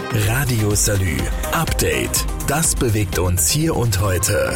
Radio Salü. Update. Das bewegt uns hier und heute.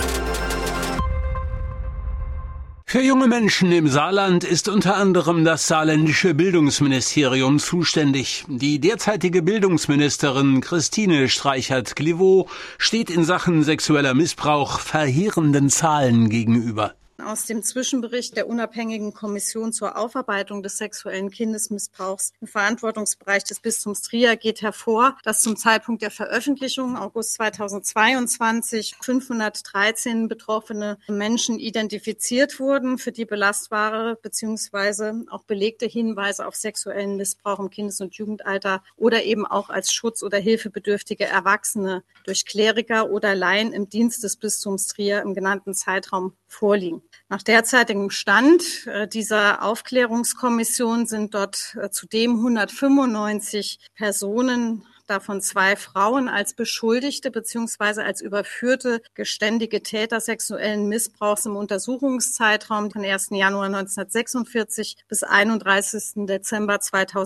Für junge Menschen im Saarland ist unter anderem das saarländische Bildungsministerium zuständig. Die derzeitige Bildungsministerin Christine Streichert-Klivow steht in Sachen sexueller Missbrauch verheerenden Zahlen gegenüber. Aus dem Zwischenbericht der unabhängigen Kommission zur Aufarbeitung des sexuellen Kindesmissbrauchs im Verantwortungsbereich des Bistums Trier geht hervor, dass zum Zeitpunkt der Veröffentlichung August 2022 513 betroffene Menschen identifiziert wurden, für die belastbare bzw. auch belegte Hinweise auf sexuellen Missbrauch im Kindes- und Jugendalter oder eben auch als Schutz- oder hilfebedürftige Erwachsene durch Kleriker oder Laien im Dienst des Bistums Trier im genannten Zeitraum vorliegen. Nach derzeitigem Stand dieser Aufklärungskommission sind dort zudem 195 Personen, davon 2 Frauen, als Beschuldigte bzw. als überführte geständige Täter sexuellen Missbrauchs im Untersuchungszeitraum von 1. Januar 1946 bis 31. Dezember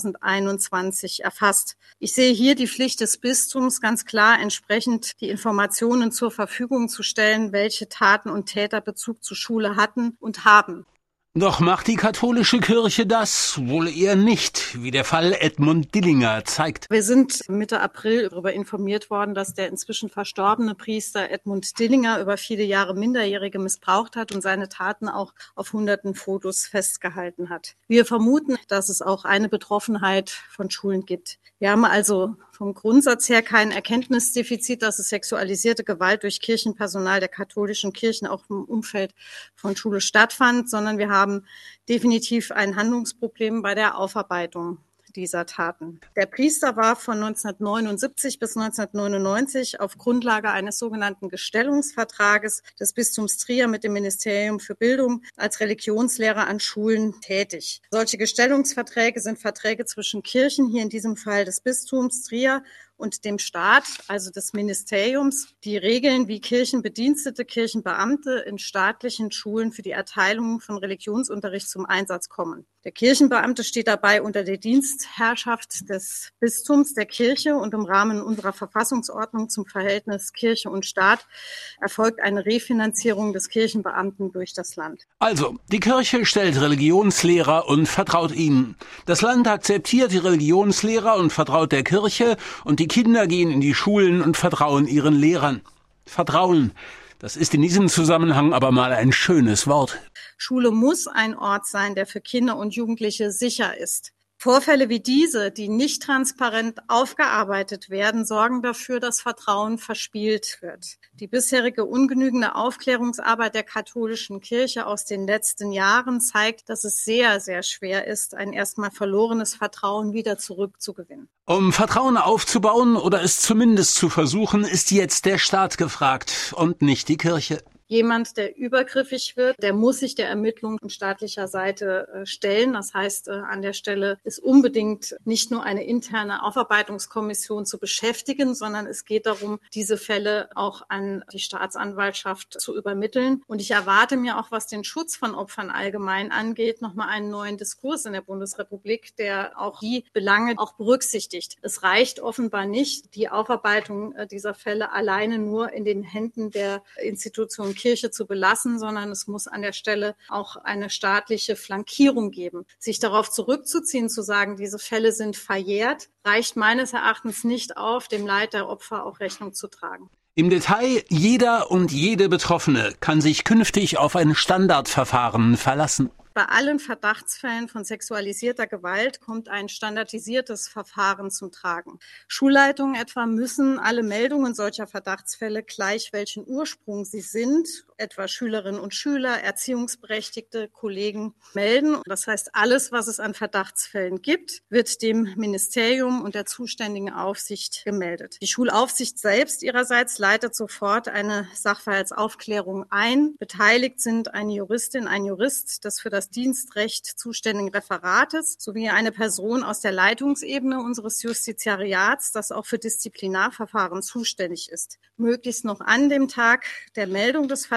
2021 erfasst. Ich sehe hier die Pflicht des Bistums ganz klar, entsprechend die Informationen zur Verfügung zu stellen, welche Taten und Täter Bezug zur Schule hatten und haben. Doch macht die katholische Kirche das wohl eher nicht, wie der Fall Edmund Dillinger zeigt. Wir sind Mitte April darüber informiert worden, dass der inzwischen verstorbene Priester Edmund Dillinger über viele Jahre Minderjährige missbraucht hat und seine Taten auch auf hunderten Fotos festgehalten hat. Wir vermuten, dass es auch eine Betroffenheit von Schulen gibt. Wir haben also vom Grundsatz her kein Erkenntnisdefizit, dass es sexualisierte Gewalt durch Kirchenpersonal der katholischen Kirchen auch im Umfeld von Schule stattfand, sondern wir haben definitiv ein Handlungsproblem bei der Aufarbeitung dieser Taten. Der Priester war von 1979 bis 1999 auf Grundlage eines sogenannten Gestellungsvertrages des Bistums Trier mit dem Ministerium für Bildung als Religionslehrer an Schulen tätig. Solche Gestellungsverträge sind Verträge zwischen Kirchen, hier in diesem Fall des Bistums Trier, und dem Staat, also des Ministeriums, die regeln, wie Kirchenbedienstete, Kirchenbeamte in staatlichen Schulen für die Erteilung von Religionsunterricht zum Einsatz kommen. Der Kirchenbeamte steht dabei unter der Dienstherrschaft des Bistums, der Kirche, und im Rahmen unserer Verfassungsordnung zum Verhältnis Kirche und Staat erfolgt eine Refinanzierung des Kirchenbeamten durch das Land. Also, die Kirche stellt Religionslehrer und vertraut ihnen. Das Land akzeptiert die Religionslehrer und vertraut der Kirche, und die Kinder gehen in die Schulen und vertrauen ihren Lehrern. Vertrauen, das ist in diesem Zusammenhang aber mal ein schönes Wort. Schule muss ein Ort sein, der für Kinder und Jugendliche sicher ist. Vorfälle wie diese, die nicht transparent aufgearbeitet werden, sorgen dafür, dass Vertrauen verspielt wird. Die bisherige ungenügende Aufklärungsarbeit der katholischen Kirche aus den letzten Jahren zeigt, dass es sehr, sehr schwer ist, ein erstmal verlorenes Vertrauen wieder zurückzugewinnen. Um Vertrauen aufzubauen oder es zumindest zu versuchen, ist jetzt der Staat gefragt und nicht die Kirche. Jemand, der übergriffig wird, der muss sich der Ermittlung von staatlicher Seite stellen. Das heißt, an der Stelle ist unbedingt nicht nur eine interne Aufarbeitungskommission zu beschäftigen, sondern es geht darum, diese Fälle auch an die Staatsanwaltschaft zu übermitteln. Und ich erwarte mir auch, was den Schutz von Opfern allgemein angeht, nochmal einen neuen Diskurs in der Bundesrepublik, der auch die Belange auch berücksichtigt. Es reicht offenbar nicht, die Aufarbeitung dieser Fälle alleine nur in den Händen der Institution Kirche zu belassen, sondern es muss an der Stelle auch eine staatliche Flankierung geben. Sich darauf zurückzuziehen, zu sagen, diese Fälle sind verjährt, reicht meines Erachtens nicht auf, dem Leid der Opfer auch Rechnung zu tragen. Im Detail, jeder und jede Betroffene kann sich künftig auf ein Standardverfahren verlassen. Bei allen Verdachtsfällen von sexualisierter Gewalt kommt ein standardisiertes Verfahren zum Tragen. Schulleitungen etwa müssen alle Meldungen solcher Verdachtsfälle, gleich welchen Ursprung sie sind, etwa Schülerinnen und Schüler, Erziehungsberechtigte, Kollegen, melden. Das heißt, alles, was es an Verdachtsfällen gibt, wird dem Ministerium und der zuständigen Aufsicht gemeldet. Die Schulaufsicht selbst ihrerseits leitet sofort eine Sachverhaltsaufklärung ein. Beteiligt sind eine Juristin, ein Jurist, das für das Dienstrecht zuständigen Referates sowie eine Person aus der Leitungsebene unseres Justiziariats, das auch für Disziplinarverfahren zuständig ist. Möglichst noch an dem Tag der Meldung des Verdachts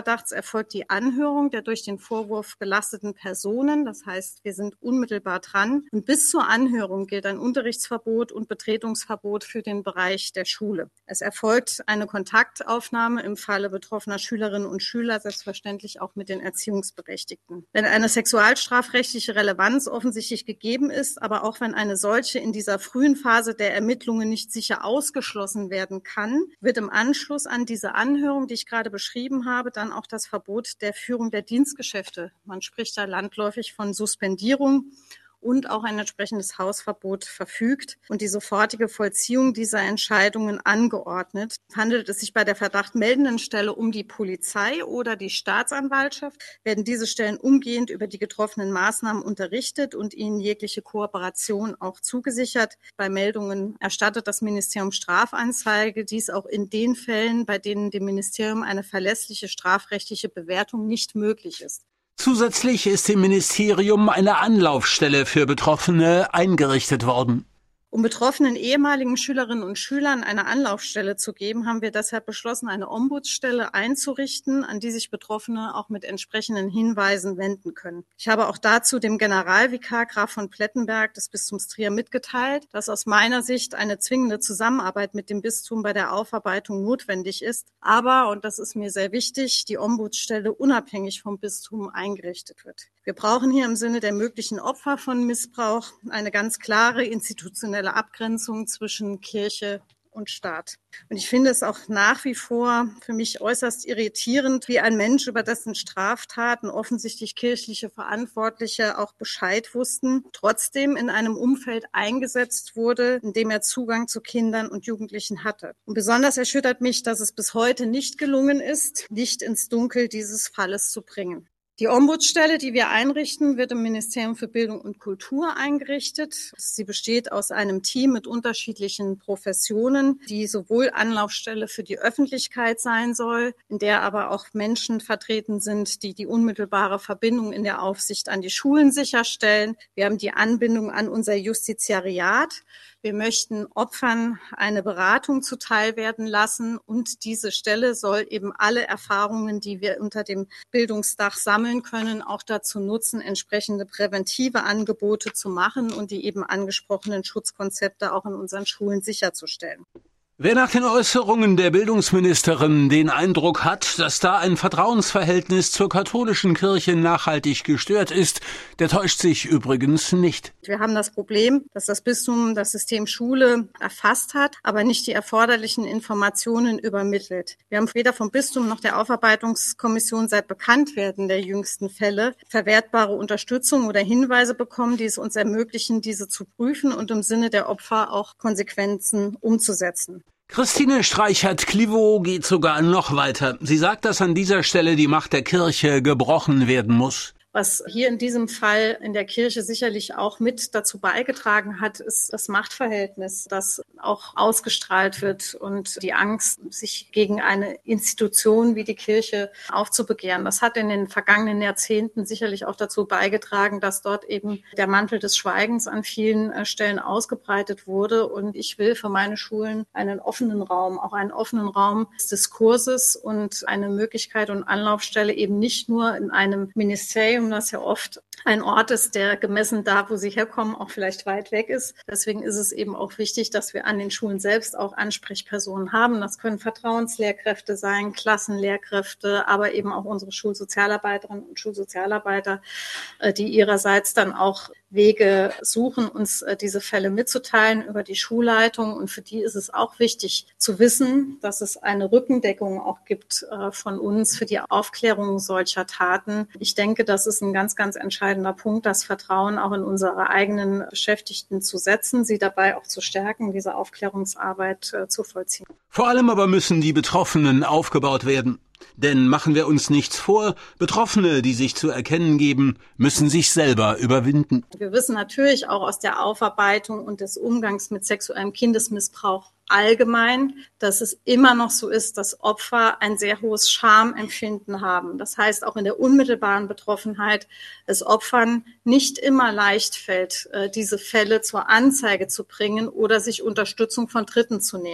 Verdachts erfolgt die Anhörung der durch den Vorwurf belasteten Personen. Das heißt, wir sind unmittelbar dran. Und bis zur Anhörung gilt ein Unterrichtsverbot und Betretungsverbot für den Bereich der Schule. Es erfolgt eine Kontaktaufnahme im Falle betroffener Schülerinnen und Schüler, selbstverständlich auch mit den Erziehungsberechtigten. Wenn eine sexualstrafrechtliche Relevanz offensichtlich gegeben ist, aber auch wenn eine solche in dieser frühen Phase der Ermittlungen nicht sicher ausgeschlossen werden kann, wird im Anschluss an diese Anhörung, die ich gerade beschrieben habe, dann auch das Verbot der Führung der Dienstgeschäfte. Man spricht da landläufig von Suspendierung und auch ein entsprechendes Hausverbot verfügt und die sofortige Vollziehung dieser Entscheidungen angeordnet. Handelt es sich bei der verdachtmeldenden Stelle um die Polizei oder die Staatsanwaltschaft, werden diese Stellen umgehend über die getroffenen Maßnahmen unterrichtet und ihnen jegliche Kooperation auch zugesichert. Bei Meldungen erstattet das Ministerium Strafanzeige, dies auch in den Fällen, bei denen dem Ministerium eine verlässliche strafrechtliche Bewertung nicht möglich ist. Zusätzlich ist im Ministerium eine Anlaufstelle für Betroffene eingerichtet worden. Um betroffenen ehemaligen Schülerinnen und Schülern eine Anlaufstelle zu geben, haben wir deshalb beschlossen, eine Ombudsstelle einzurichten, an die sich Betroffene auch mit entsprechenden Hinweisen wenden können. Ich habe auch dazu dem Generalvikar Graf von Plettenberg des Bistums Trier mitgeteilt, dass aus meiner Sicht eine zwingende Zusammenarbeit mit dem Bistum bei der Aufarbeitung notwendig ist, aber, und das ist mir sehr wichtig, die Ombudsstelle unabhängig vom Bistum eingerichtet wird. Wir brauchen hier im Sinne der möglichen Opfer von Missbrauch eine ganz klare institutionelle Abgrenzung zwischen Kirche und Staat. Und ich finde es auch nach wie vor für mich äußerst irritierend, wie ein Mensch, über dessen Straftaten offensichtlich kirchliche Verantwortliche auch Bescheid wussten, trotzdem in einem Umfeld eingesetzt wurde, in dem er Zugang zu Kindern und Jugendlichen hatte. Und besonders erschüttert mich, dass es bis heute nicht gelungen ist, Licht ins Dunkel dieses Falles zu bringen. Die Ombudsstelle, die wir einrichten, wird im Ministerium für Bildung und Kultur eingerichtet. Sie besteht aus einem Team mit unterschiedlichen Professionen, die sowohl Anlaufstelle für die Öffentlichkeit sein soll, in der aber auch Menschen vertreten sind, die die unmittelbare Verbindung in der Aufsicht an die Schulen sicherstellen. Wir haben die Anbindung an unser Justiziariat. Wir möchten Opfern eine Beratung zuteil werden lassen und diese Stelle soll eben alle Erfahrungen, die wir unter dem Bildungsdach sammeln können, auch dazu nutzen, entsprechende präventive Angebote zu machen und die eben angesprochenen Schutzkonzepte auch in unseren Schulen sicherzustellen. Wer nach den Äußerungen der Bildungsministerin den Eindruck hat, dass da ein Vertrauensverhältnis zur katholischen Kirche nachhaltig gestört ist, der täuscht sich übrigens nicht. Wir haben das Problem, dass das Bistum das System Schule erfasst hat, aber nicht die erforderlichen Informationen übermittelt. Wir haben weder vom Bistum noch der Aufarbeitungskommission seit Bekanntwerden der jüngsten Fälle verwertbare Unterstützung oder Hinweise bekommen, die es uns ermöglichen, diese zu prüfen und im Sinne der Opfer auch Konsequenzen umzusetzen. Christine Streichert-Clivaux geht sogar noch weiter. Sie sagt, dass an dieser Stelle die Macht der Kirche gebrochen werden muss. Was hier in diesem Fall in der Kirche sicherlich auch mit dazu beigetragen hat, ist das Machtverhältnis, das auch ausgestrahlt wird und die Angst, sich gegen eine Institution wie die Kirche aufzubegehren. Das hat in den vergangenen Jahrzehnten sicherlich auch dazu beigetragen, dass dort eben der Mantel des Schweigens an vielen Stellen ausgebreitet wurde. Und ich will für meine Schulen einen offenen Raum, auch einen offenen Raum des Diskurses und eine Möglichkeit und Anlaufstelle eben nicht nur in einem Ministerium, das ja oft ein Ort ist, der gemessen da, wo sie herkommen, auch vielleicht weit weg ist. Deswegen ist es eben auch wichtig, dass wir an den Schulen selbst auch Ansprechpersonen haben. Das können Vertrauenslehrkräfte sein, Klassenlehrkräfte, aber eben auch unsere Schulsozialarbeiterinnen und Schulsozialarbeiter, die ihrerseits dann auch Wege suchen, uns diese Fälle mitzuteilen über die Schulleitung. Und für die ist es auch wichtig zu wissen, dass es eine Rückendeckung auch gibt von uns für die Aufklärung solcher Taten. Ich denke, das ist ein ganz, ganz entscheidender Punkt, das Vertrauen auch in unsere eigenen Beschäftigten zu setzen, sie dabei auch zu stärken, diese Aufklärungsarbeit zu vollziehen. Vor allem aber müssen die Betroffenen aufgebaut werden. Denn machen wir uns nichts vor, Betroffene, die sich zu erkennen geben, müssen sich selber überwinden. Wir wissen natürlich auch aus der Aufarbeitung und des Umgangs mit sexuellem Kindesmissbrauch allgemein, dass es immer noch so ist, dass Opfer ein sehr hohes Schamempfinden haben. Das heißt, auch in der unmittelbaren Betroffenheit es Opfern nicht immer leicht fällt, diese Fälle zur Anzeige zu bringen oder sich Unterstützung von Dritten zu nehmen.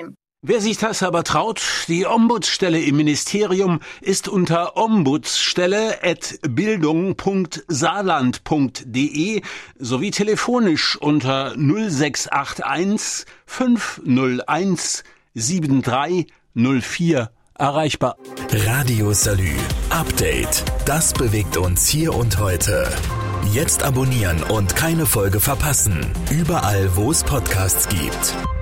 Wer sich das aber traut, die Ombudsstelle im Ministerium ist unter ombudsstelle@bildung.saarland.de sowie telefonisch unter 0681 501 7304 erreichbar. Radio Salü. Update. Das bewegt uns hier und heute. Jetzt abonnieren und keine Folge verpassen. Überall, wo es Podcasts gibt.